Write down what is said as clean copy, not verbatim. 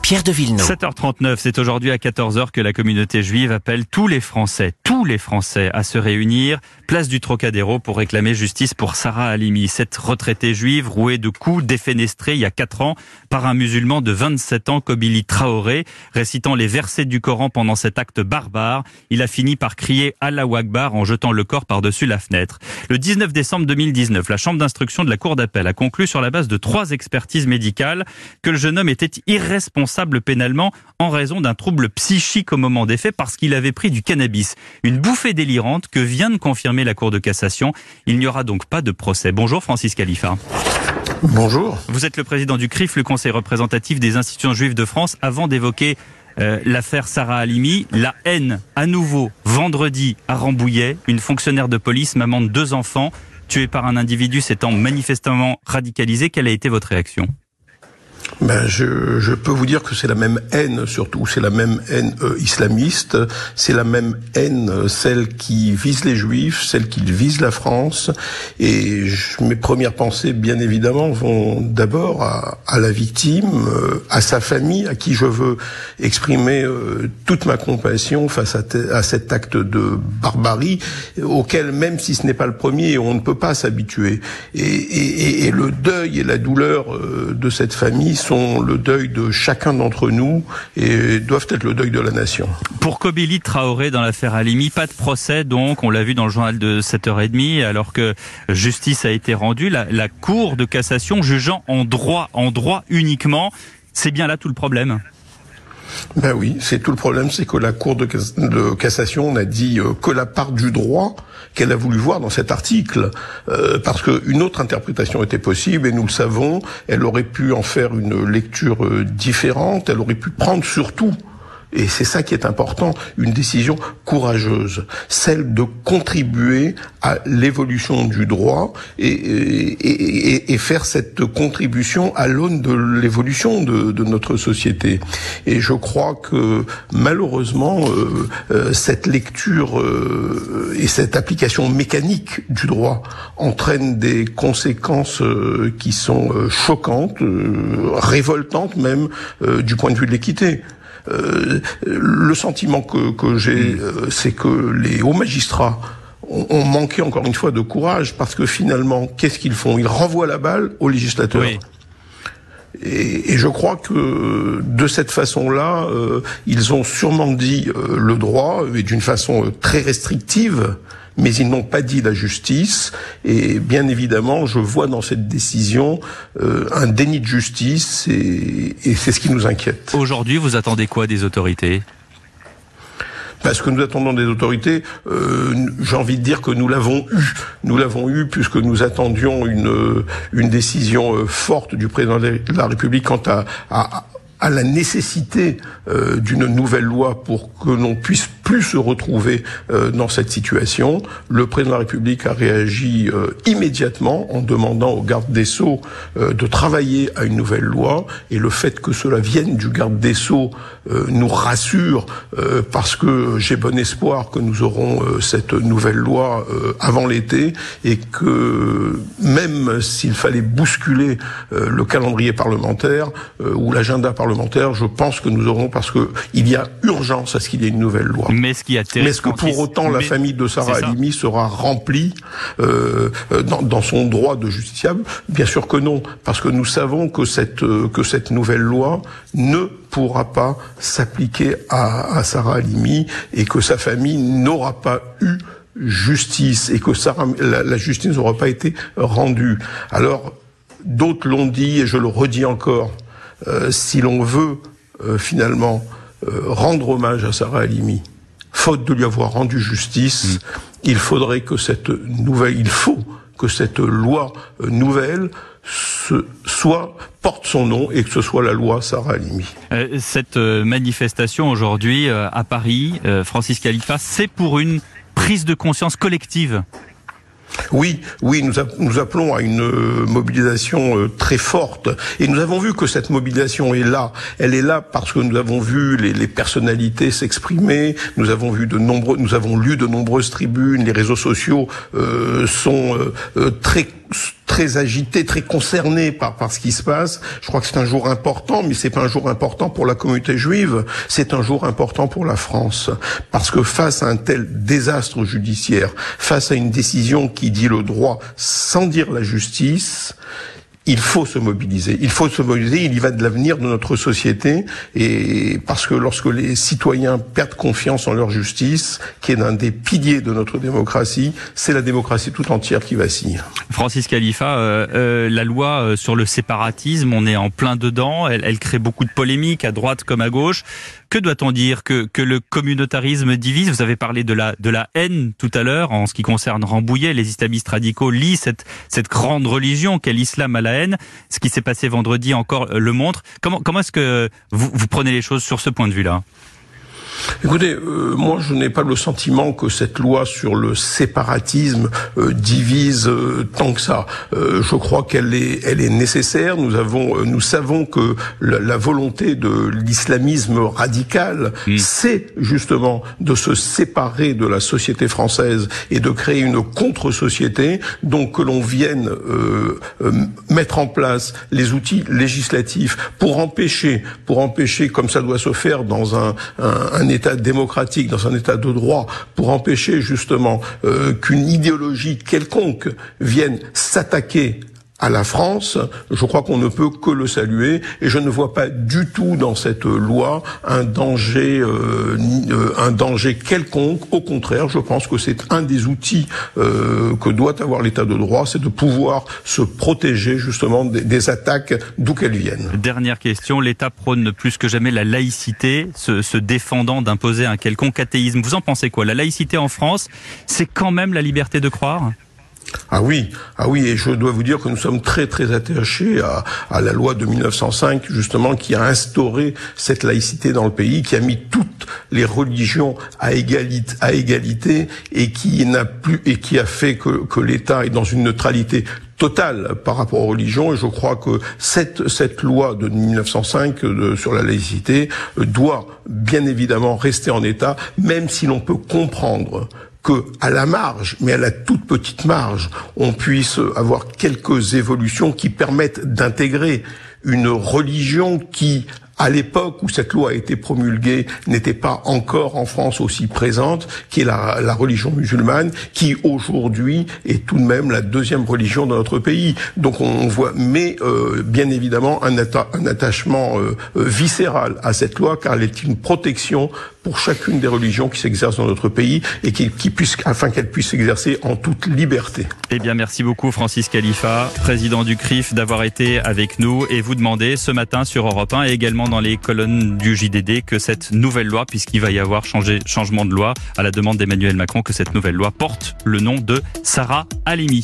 Pierre de Villeneuve. 7h39, c'est aujourd'hui à 14h que la communauté juive appelle tous les Français à se réunir, place du Trocadéro pour réclamer justice pour Sarah Halimi, cette retraitée juive rouée de coups, défenestrée il y a 4 ans par un musulman de 27 ans, Kobili Traoré, récitant les versets du Coran pendant cet acte barbare. Il a fini par crier Allahu Akbar en jetant le corps par-dessus la fenêtre. Le 19 décembre 2019, la chambre d'instruction de la cour d'appel a conclu sur la base de 3 expertises médicales que le jeune homme était irresponsable pénalement en raison d'un trouble psychique au moment des faits parce qu'il avait pris du cannabis. Une bouffée délirante que vient de confirmer la Cour de cassation. Il n'y aura donc pas de procès. Bonjour Francis Khalifa. Bonjour. Vous êtes le président du CRIF, le Conseil représentatif des institutions juives de France. Avant d'évoquer l'affaire Sarah Halimi, la haine à nouveau vendredi à Rambouillet. Une fonctionnaire de police mamante 2 enfants tués par un individu s'étant manifestement radicalisé. Quelle a été votre réaction ? Je peux vous dire que c'est la même haine, surtout, c'est la même haine islamiste, c'est la même haine, celle qui vise les Juifs, celle qui vise la France, et mes premières pensées, bien évidemment, vont d'abord à la victime, à sa famille, à qui je veux exprimer toute ma compassion face à cet acte de barbarie, auquel, même si ce n'est pas le premier, on ne peut pas s'habituer. Et le deuil et la douleur de cette famille sont le deuil de chacun d'entre nous et doivent être le deuil de la nation. Pour Kobili Traoré dans l'affaire Halimi, pas de procès donc, on l'a vu dans le journal de 7h30, alors que justice a été rendue, la Cour de cassation jugeant en droit uniquement, c'est bien là tout le problème. Ben oui, c'est tout le problème, c'est que la Cour de cassation n'a dit que la part du droit qu'elle a voulu voir dans cet article, parce qu'une autre interprétation était possible, et nous le savons, elle aurait pu en faire une lecture différente, elle aurait pu prendre surtout, et c'est ça qui est important, une décision courageuse, celle de contribuer à l'évolution du droit et faire cette contribution à l'aune de l'évolution de notre société. Et je crois que malheureusement, cette lecture et cette application mécanique du droit entraîne des conséquences qui sont choquantes, révoltantes même, du point de vue de l'équité. Le sentiment que j'ai, c'est que les hauts magistrats ont manqué encore une fois de courage, parce que finalement, qu'est-ce qu'ils font ? Ils renvoient la balle aux législateurs. Oui. Et je crois que de cette façon-là, ils ont sûrement dit le droit, mais d'une façon très restrictive, mais ils n'ont pas dit la justice. Et bien évidemment, je vois dans cette décision un déni de justice, et c'est ce qui nous inquiète. Aujourd'hui, vous attendez quoi des autorités ? Parce que nous attendons des autorités, j'ai envie de dire que nous l'avons eu puisque nous attendions une décision forte du président de la République quant à la nécessité d'une nouvelle loi pour que l'on puisse plus se retrouver dans cette situation. Le président de la République a réagi immédiatement en demandant au garde des Sceaux de travailler à une nouvelle loi, et le fait que cela vienne du garde des Sceaux nous rassure, parce que j'ai bon espoir que nous aurons cette nouvelle loi avant l'été, et que même s'il fallait bousculer le calendrier parlementaire ou l'agenda parlementaire, je pense que nous aurons, parce que il y a urgence à ce qu'il y ait une nouvelle loi. Mais est-ce que pour autant la famille de Sarah Halimi sera remplie dans son droit de justiciable ? Bien sûr que non, parce que nous savons que cette nouvelle loi ne pourra pas s'appliquer à Sarah Halimi, et que sa famille n'aura pas eu justice, et que la justice n'aura pas été rendue. Alors, d'autres l'ont dit, et je le redis encore, si l'on veut finalement rendre hommage à Sarah Halimi, faute de lui avoir rendu justice, il faut que cette loi nouvelle porte son nom, et que ce soit la loi Sarah Halimi. Cette manifestation aujourd'hui à Paris, Francis Khalifa, c'est pour une prise de conscience collective. Oui, nous appelons à une mobilisation très forte, et nous avons vu que cette mobilisation est là. Elle est là parce que nous avons vu les personnalités s'exprimer, nous avons lu de nombreuses tribunes, les réseaux sociaux sont très très agités, très concernés par ce qui se passe. Je crois que c'est un jour important, mais c'est pas un jour important pour la communauté juive, c'est un jour important pour la France. Parce que face à un tel désastre judiciaire, face à une décision qui dit le droit sans dire la justice, il faut se mobiliser. Il faut se mobiliser. Il y va de l'avenir de notre société. Et parce que lorsque les citoyens perdent confiance en leur justice, qui est l'un des piliers de notre démocratie, c'est la démocratie tout entière qui vacille. Francis Khalifa, la loi sur le séparatisme, on est en plein dedans. Elle crée beaucoup de polémiques à droite comme à gauche. Que doit-on dire? Que le communautarisme divise? Vous avez parlé de la haine tout à l'heure en ce qui concerne Rambouillet. Les islamistes radicaux lient cette grande religion qu'est l'islam à la haine. Ce qui s'est passé vendredi encore le montre. Comment est-ce que vous prenez les choses sur ce point de vue-là? Écoutez, moi je n'ai pas le sentiment que cette loi sur le séparatisme divise tant que ça. Je crois qu'elle est nécessaire. Nous savons que la volonté de l'islamisme radical, c'est justement de se séparer de la société française et de créer une contre-société. Donc que l'on vienne mettre en place les outils législatifs pour empêcher, comme ça doit se faire dans un État démocratique, dans un État de droit, pour empêcher justement qu'une idéologie quelconque vienne s'attaquer à la France, je crois qu'on ne peut que le saluer, et je ne vois pas du tout dans cette loi un danger quelconque. Au contraire, je pense que c'est un des outils que doit avoir l'État de droit, c'est de pouvoir se protéger justement des attaques d'où qu'elles viennent. Dernière question, l'État prône plus que jamais la laïcité, se défendant d'imposer un quelconque athéisme. Vous en pensez quoi? La laïcité en France, c'est quand même la liberté de croire? Ah oui, et je dois vous dire que nous sommes très très attachés à la loi de 1905 justement qui a instauré cette laïcité dans le pays, qui a mis toutes les religions à égalité et qui a fait que l'État est dans une neutralité totale par rapport aux religions, et je crois que cette loi de 1905 sur la laïcité doit bien évidemment rester en état, même si l'on peut comprendre que à la marge, mais à la toute petite marge, on puisse avoir quelques évolutions qui permettent d'intégrer une religion qui, à l'époque où cette loi a été promulguée, n'était pas encore en France aussi présente, qui est la religion musulmane, qui aujourd'hui est tout de même la deuxième religion de notre pays. Donc on voit, mais bien évidemment un attachement viscéral à cette loi, car elle est une protection pour chacune des religions qui s'exercent dans notre pays et afin qu'elle puisse s'exercer en toute liberté. Eh bien, merci beaucoup Francis Khalifa, président du CRIF, d'avoir été avec nous, et vous demandez ce matin sur Europe 1 et également dans les colonnes du JDD que cette nouvelle loi, puisqu'il va y avoir changement de loi à la demande d'Emmanuel Macron, que cette nouvelle loi porte le nom de Sarah Halimi.